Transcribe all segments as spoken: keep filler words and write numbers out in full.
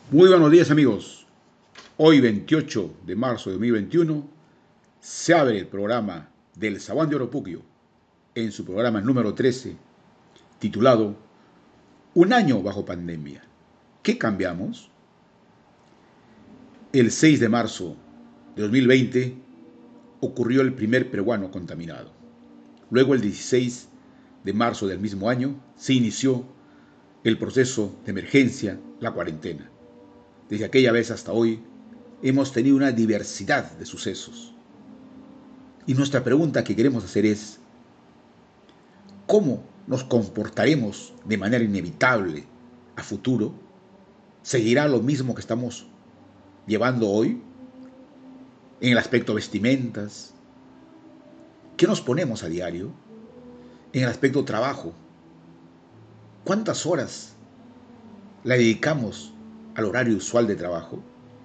Muy buenos días amigos. Hoy veintiocho de marzo de dos mil veintiuno se abre el programa del Zaguán de Oropuquio en su programa número trece titulado Un año bajo pandemia. ¿Qué cambiamos? El seis de marzo de dos mil veinte ocurrió el primer peruano contaminado. Luego el dieciséis de marzo del mismo año se inició el proceso de emergencia, la cuarentena. Desde aquella vez hasta hoy hemos tenido una diversidad de sucesos. Y nuestra pregunta que queremos hacer es, ¿cómo nos comportaremos de manera inevitable a futuro? ¿Seguirá lo mismo que estamos llevando hoy? En el aspecto vestimentas, ¿qué nos ponemos a diario? En el aspecto trabajo, ¿cuántas horas la dedicamos al horario usual de trabajo?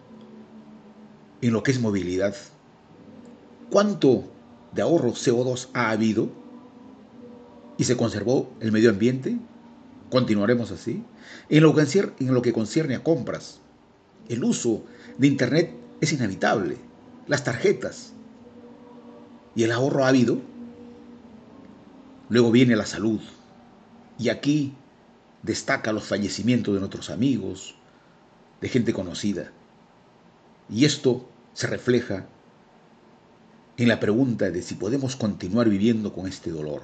En lo que es movilidad, ¿cuánto de ahorro C O dos ha habido y se conservó el medio ambiente? ¿Continuaremos así? En lo que concierne, en lo que concierne a compras, el uso de Internet es inevitable. Las tarjetas y el ahorro ha habido. Luego viene la salud. Y aquí destaca los fallecimientos de nuestros amigos, de gente conocida. Y esto se refleja en la pregunta de si podemos continuar viviendo con este dolor.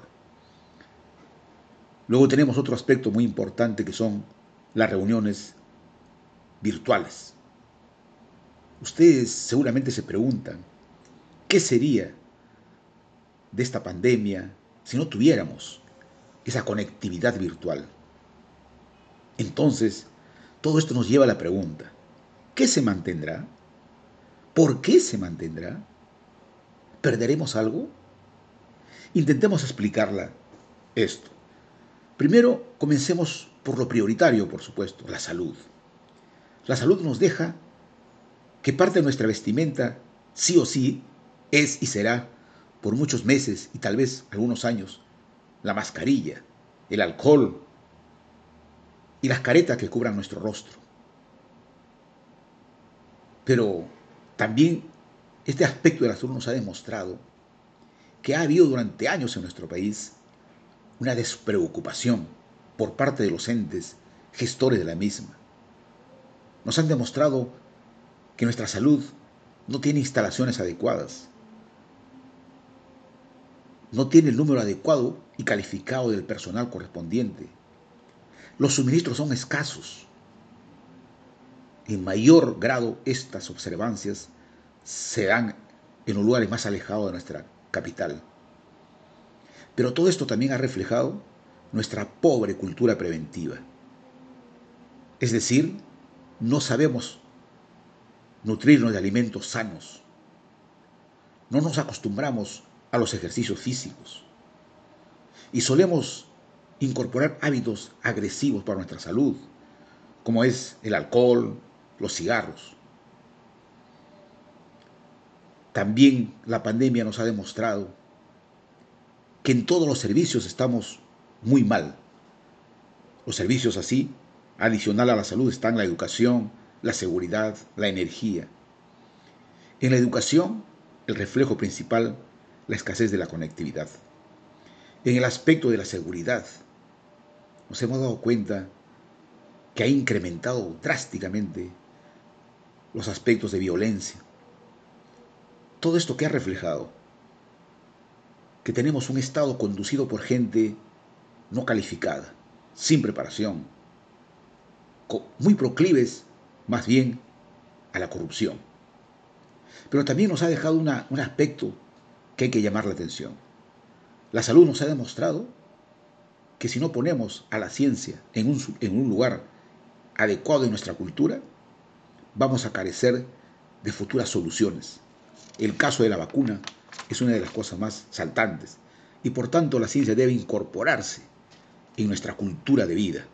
Luego tenemos otro aspecto muy importante que son las reuniones virtuales. Ustedes seguramente se preguntan, ¿qué sería de esta pandemia si no tuviéramos esa conectividad virtual? Entonces, todo esto nos lleva a la pregunta, ¿qué se mantendrá? ¿Por qué se mantendrá? ¿Perderemos algo? Intentemos explicarla esto. Primero, comencemos por lo prioritario, por supuesto, la salud. La salud nos deja que parte de nuestra vestimenta, sí o sí, es y será, por muchos meses y tal vez algunos años, la mascarilla, el alcohol y las caretas que cubran nuestro rostro. Pero también este aspecto de la salud nos ha demostrado que ha habido durante años en nuestro país una despreocupación por parte de los entes gestores de la misma. Nos han demostrado que nuestra salud no tiene instalaciones adecuadas, no tiene el número adecuado y calificado del personal correspondiente. Los suministros son escasos. En mayor grado estas observancias se dan en los lugares más alejados de nuestra capital. Pero todo esto también ha reflejado nuestra pobre cultura preventiva. Es decir, no sabemos nutrirnos de alimentos sanos. No nos acostumbramos a los ejercicios físicos. Y solemos incorporar hábitos agresivos para nuestra salud, como es el alcohol, los cigarros. También la pandemia nos ha demostrado que en todos los servicios estamos muy mal. Los servicios así, adicional a la salud, están la educación, la seguridad, la energía. En la educación, el reflejo principal, la escasez de la conectividad. En el aspecto de la seguridad, nos hemos dado cuenta que ha incrementado drásticamente los aspectos de violencia. Todo esto que ha reflejado que tenemos un Estado conducido por gente no calificada, sin preparación, muy proclives más bien a la corrupción. Pero también nos ha dejado una, un aspecto que hay que llamar la atención. La salud nos ha demostrado que si no ponemos a la ciencia en un, en un lugar adecuado en nuestra cultura, vamos a carecer de futuras soluciones. El caso de la vacuna es una de las cosas más saltantes y por tanto la ciencia debe incorporarse en nuestra cultura de vida.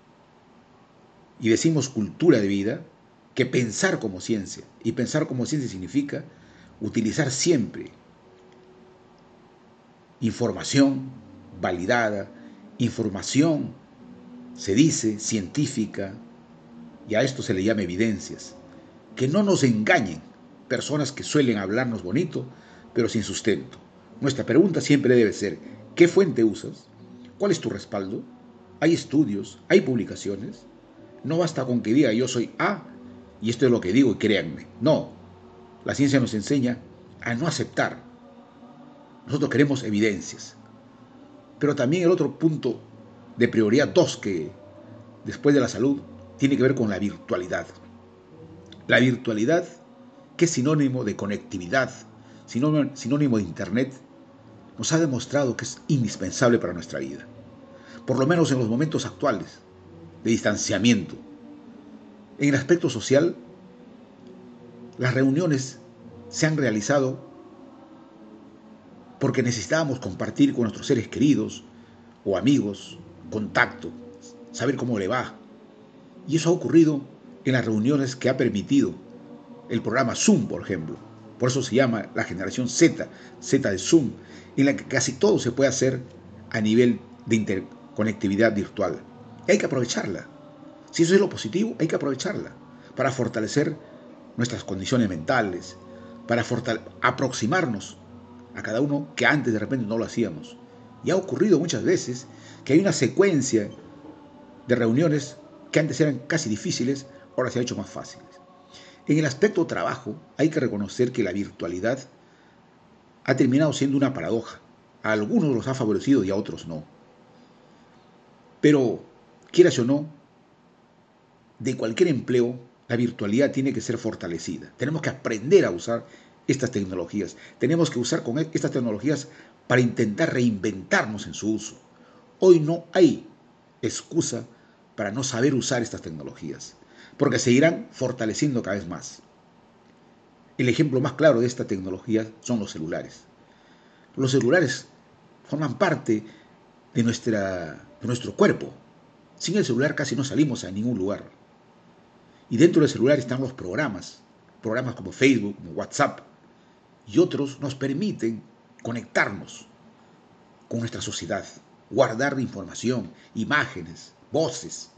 Y decimos cultura de vida que pensar como ciencia, y pensar como ciencia significa utilizar siempre información validada, información, se dice, científica, y a esto se le llama evidencias. Que no nos engañen personas que suelen hablarnos bonito, pero sin sustento. Nuestra pregunta siempre debe ser, ¿qué fuente usas? ¿Cuál es tu respaldo? ¿Hay estudios? ¿Hay publicaciones? No basta con que diga yo soy A y esto es lo que digo y créanme. No, la ciencia nos enseña a no aceptar. Nosotros queremos evidencias. Pero también el otro punto de prioridad dos que después de la salud tiene que ver con la virtualidad. La virtualidad, que es sinónimo de conectividad, sinónimo de Internet, nos ha demostrado que es indispensable para nuestra vida. Por lo menos en los momentos actuales de distanciamiento. En el aspecto social, las reuniones se han realizado porque necesitábamos compartir con nuestros seres queridos o amigos, contacto, saber cómo le va. Y eso ha ocurrido en las reuniones que ha permitido el programa Zoom, por ejemplo. Por eso se llama la generación Z, Z de Zoom, en la que casi todo se puede hacer a nivel de interconectividad virtual. Y hay que aprovecharla. Si eso es lo positivo, hay que aprovecharla para fortalecer nuestras condiciones mentales, para aproximarnos a cada uno que antes de repente no lo hacíamos. Y ha ocurrido muchas veces que hay una secuencia de reuniones que antes eran casi difíciles, ahora se han hecho más fáciles. En el aspecto trabajo, hay que reconocer que la virtualidad ha terminado siendo una paradoja. A algunos los ha favorecido y a otros no. Pero, quieras o no, de cualquier empleo, la virtualidad tiene que ser fortalecida. Tenemos que aprender a usar estas tecnologías. Tenemos que usar con estas tecnologías para intentar reinventarnos en su uso. Hoy no hay excusa para no saber usar estas tecnologías, porque se irán fortaleciendo cada vez más. El ejemplo más claro de esta tecnología son los celulares. Los celulares forman parte de, nuestra, de nuestro cuerpo. Sin el celular casi no salimos a ningún lugar. Y dentro del celular están los programas, programas como Facebook, como WhatsApp, y otros nos permiten conectarnos con nuestra sociedad, guardar información, imágenes, voces.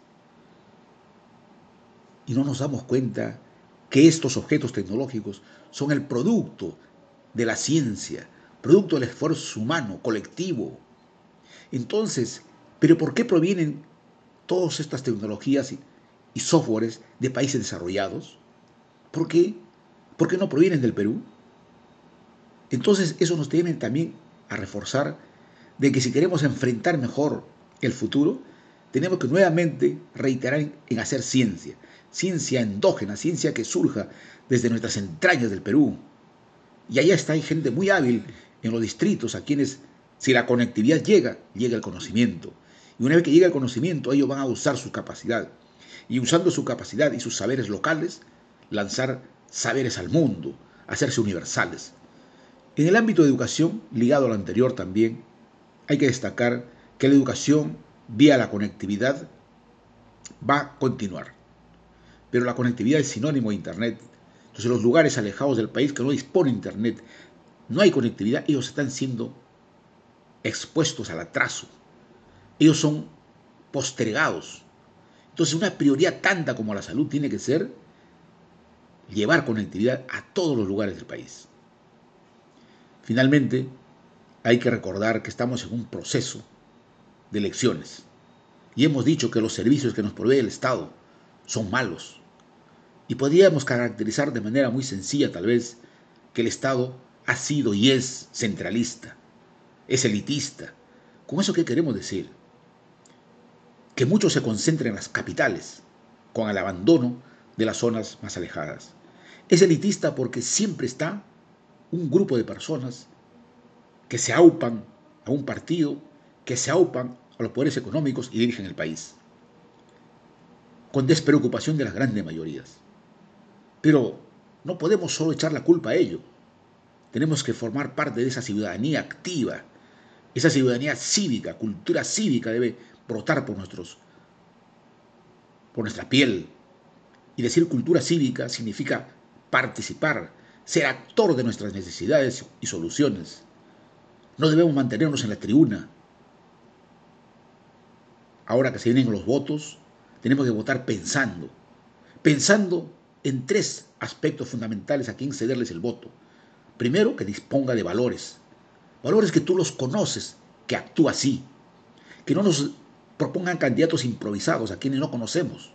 Y no nos damos cuenta que estos objetos tecnológicos son el producto de la ciencia, producto del esfuerzo humano, colectivo. Entonces, ¿pero por qué provienen todas estas tecnologías y, y softwares de países desarrollados? ¿Por qué? ¿Por qué no provienen del Perú? Entonces, eso nos tiene también a reforzar de que si queremos enfrentar mejor el futuro, tenemos que nuevamente reiterar en, en hacer ciencia, ciencia endógena, ciencia que surja desde nuestras entrañas del Perú. Y allá está, hay gente muy hábil en los distritos a quienes, si la conectividad llega, llega el conocimiento. Y una vez que llega el conocimiento, ellos van a usar su capacidad. Y usando su capacidad y sus saberes locales, lanzar saberes al mundo, hacerse universales. En el ámbito de educación, ligado a lo anterior también, hay que destacar que la educación vía la conectividad va a continuar. Pero la conectividad es sinónimo de Internet. Entonces los lugares alejados del país que no disponen de Internet, no hay conectividad, ellos están siendo expuestos al atraso. Ellos son postergados. Entonces una prioridad tanta como la salud tiene que ser llevar conectividad a todos los lugares del país. Finalmente, hay que recordar que estamos en un proceso de elecciones y hemos dicho que los servicios que nos provee el Estado son malos. Y podríamos caracterizar de manera muy sencilla tal vez que el Estado ha sido y es centralista, es elitista. ¿Con eso qué queremos decir? Que mucho se concentra en las capitales, con el abandono de las zonas más alejadas. Es elitista porque siempre está un grupo de personas que se aupan a un partido, que se aupan a los poderes económicos y dirigen el país, con despreocupación de las grandes mayorías. Pero no podemos solo echar la culpa a ello. Tenemos que formar parte de esa ciudadanía activa, esa ciudadanía cívica, cultura cívica debe brotar por, nuestros, por nuestra piel. Y decir cultura cívica significa participar, ser actor de nuestras necesidades y soluciones. No debemos mantenernos en la tribuna. Ahora que se vienen los votos, tenemos que votar pensando. pensando en tres aspectos fundamentales a quien cederles el voto. Primero, que disponga de valores, valores que tú los conoces, que actúa así, que no nos propongan candidatos improvisados a quienes no conocemos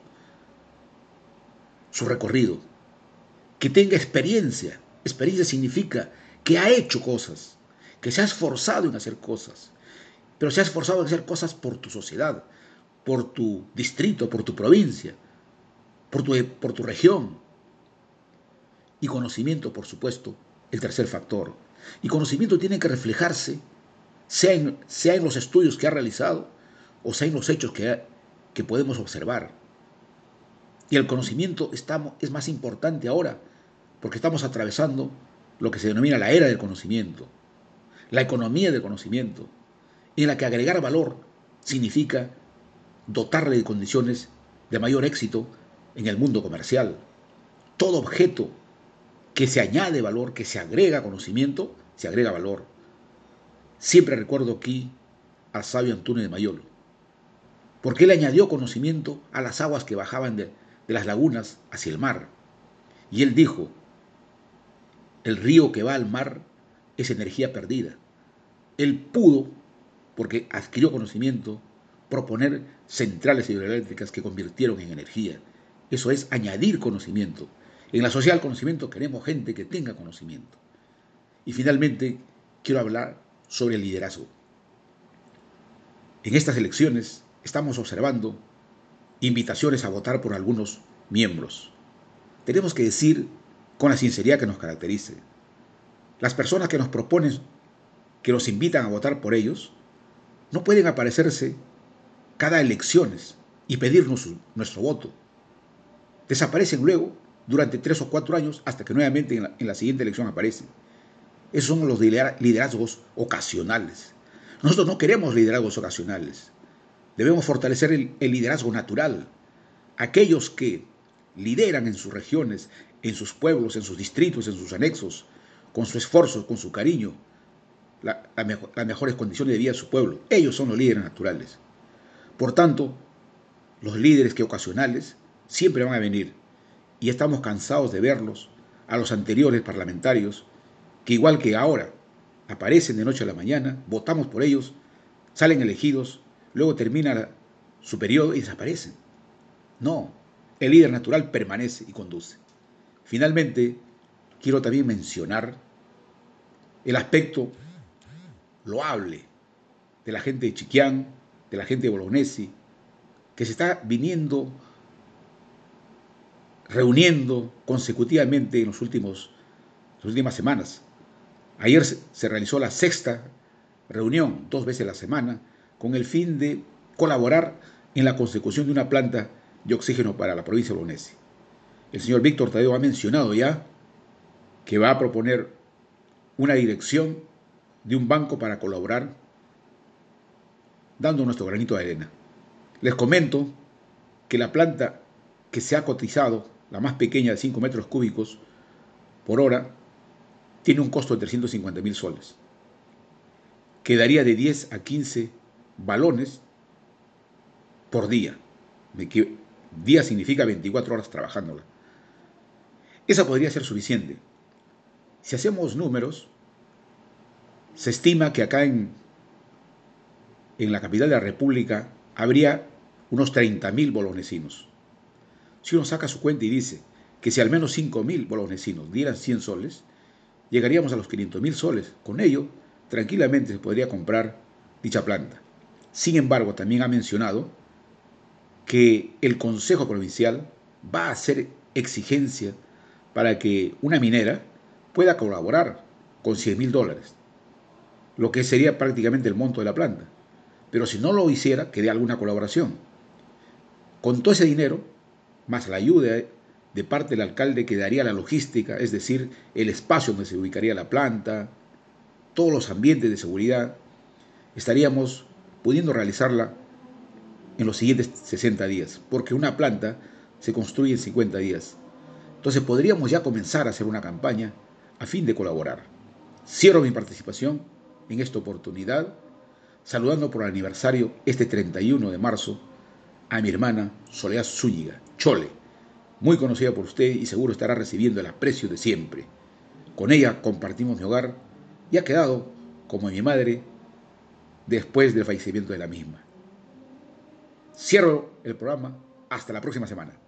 su recorrido, que tenga experiencia. Experiencia significa que ha hecho cosas, que se ha esforzado en hacer cosas, pero se ha esforzado en hacer cosas por tu sociedad, por tu distrito, por tu provincia, por tu, por tu región. Y conocimiento, por supuesto, el tercer factor. Y conocimiento tiene que reflejarse, sea en, sea en los estudios que ha realizado o sea en los hechos que, ha, que podemos observar. Y el conocimiento está, es más importante ahora porque estamos atravesando lo que se denomina la era del conocimiento, la economía del conocimiento, en la que agregar valor significa dotarle de condiciones de mayor éxito en el mundo comercial. Todo objeto que se añade valor, que se agrega conocimiento, se agrega valor. Siempre recuerdo aquí al sabio Antonio de Mayolo, porque él añadió conocimiento a las aguas que bajaban de, de las lagunas hacia el mar. Y él dijo, el río que va al mar es energía perdida. Él pudo, porque adquirió conocimiento, proponer centrales hidroeléctricas que convirtieron en energía. Eso es añadir conocimiento. En la sociedad del conocimiento queremos gente que tenga conocimiento. Y finalmente quiero hablar sobre el liderazgo. En estas elecciones estamos observando invitaciones a votar por algunos miembros. Tenemos que decir con la sinceridad que nos caracterice. Las personas que nos proponen, que nos invitan a votar por ellos, no pueden aparecerse cada elecciones y pedirnos su, nuestro voto. Desaparecen luego durante tres o cuatro años hasta que nuevamente en la, en la siguiente elección aparecen. Esos son los liderazgos ocasionales. Nosotros no queremos liderazgos ocasionales. Debemos fortalecer el, el liderazgo natural. Aquellos que lideran en sus regiones, en sus pueblos, en sus distritos, en sus anexos, con su esfuerzo, con su cariño, la, la mejor, las mejores condiciones de vida de su pueblo. Ellos son los líderes naturales. Por tanto, los líderes que ocasionales siempre van a venir. Y estamos cansados de verlos, a los anteriores parlamentarios, que igual que ahora, aparecen de noche a la mañana, votamos por ellos, salen elegidos, luego termina su periodo y desaparecen. No, el líder natural permanece y conduce. Finalmente, quiero también mencionar el aspecto loable de la gente de Chiquián, de la gente de Bolognesi, que se está viniendo, reuniendo consecutivamente en los últimos, las últimas semanas. Ayer se realizó la sexta reunión, dos veces a la semana, con el fin de colaborar en la consecución de una planta de oxígeno para la provincia de Bolognesi. El señor Víctor Tadeo ha mencionado ya que va a proponer una dirección de un banco para colaborar, dando nuestro granito de arena. Les comento que la planta que se ha cotizado, la más pequeña de cinco metros cúbicos por hora, tiene un costo de trescientos cincuenta mil soles, que daría de diez a quince balones por día. Día significa veinticuatro horas trabajándola. Esa podría ser suficiente. Si hacemos números, se estima que acá en, en la capital de la República habría unos treinta mil bolognesinos. Si uno saca su cuenta y dice que si al menos cinco mil bolognesinos dieran cien soles, llegaríamos a los quinientos mil soles. Con ello, tranquilamente se podría comprar dicha planta. Sin embargo, también ha mencionado que el Consejo Provincial va a hacer exigencia para que una minera pueda colaborar con cien mil dólares, lo que sería prácticamente el monto de la planta. Pero si no lo hiciera, que dé alguna colaboración. Con todo ese dinero, más la ayuda de parte del alcalde que daría la logística, es decir, el espacio donde se ubicaría la planta, todos los ambientes de seguridad, estaríamos pudiendo realizarla en los siguientes sesenta días, porque una planta se construye en cincuenta días. Entonces podríamos ya comenzar a hacer una campaña a fin de colaborar. Cierro mi participación en esta oportunidad, saludando por el aniversario este treinta y uno de marzo a mi hermana Soledad Zúñiga, Chole, muy conocida por usted y seguro estará recibiendo el aprecio de siempre. Con ella compartimos mi hogar y ha quedado como mi madre después del fallecimiento de la misma. Cierro el programa. Hasta la próxima semana.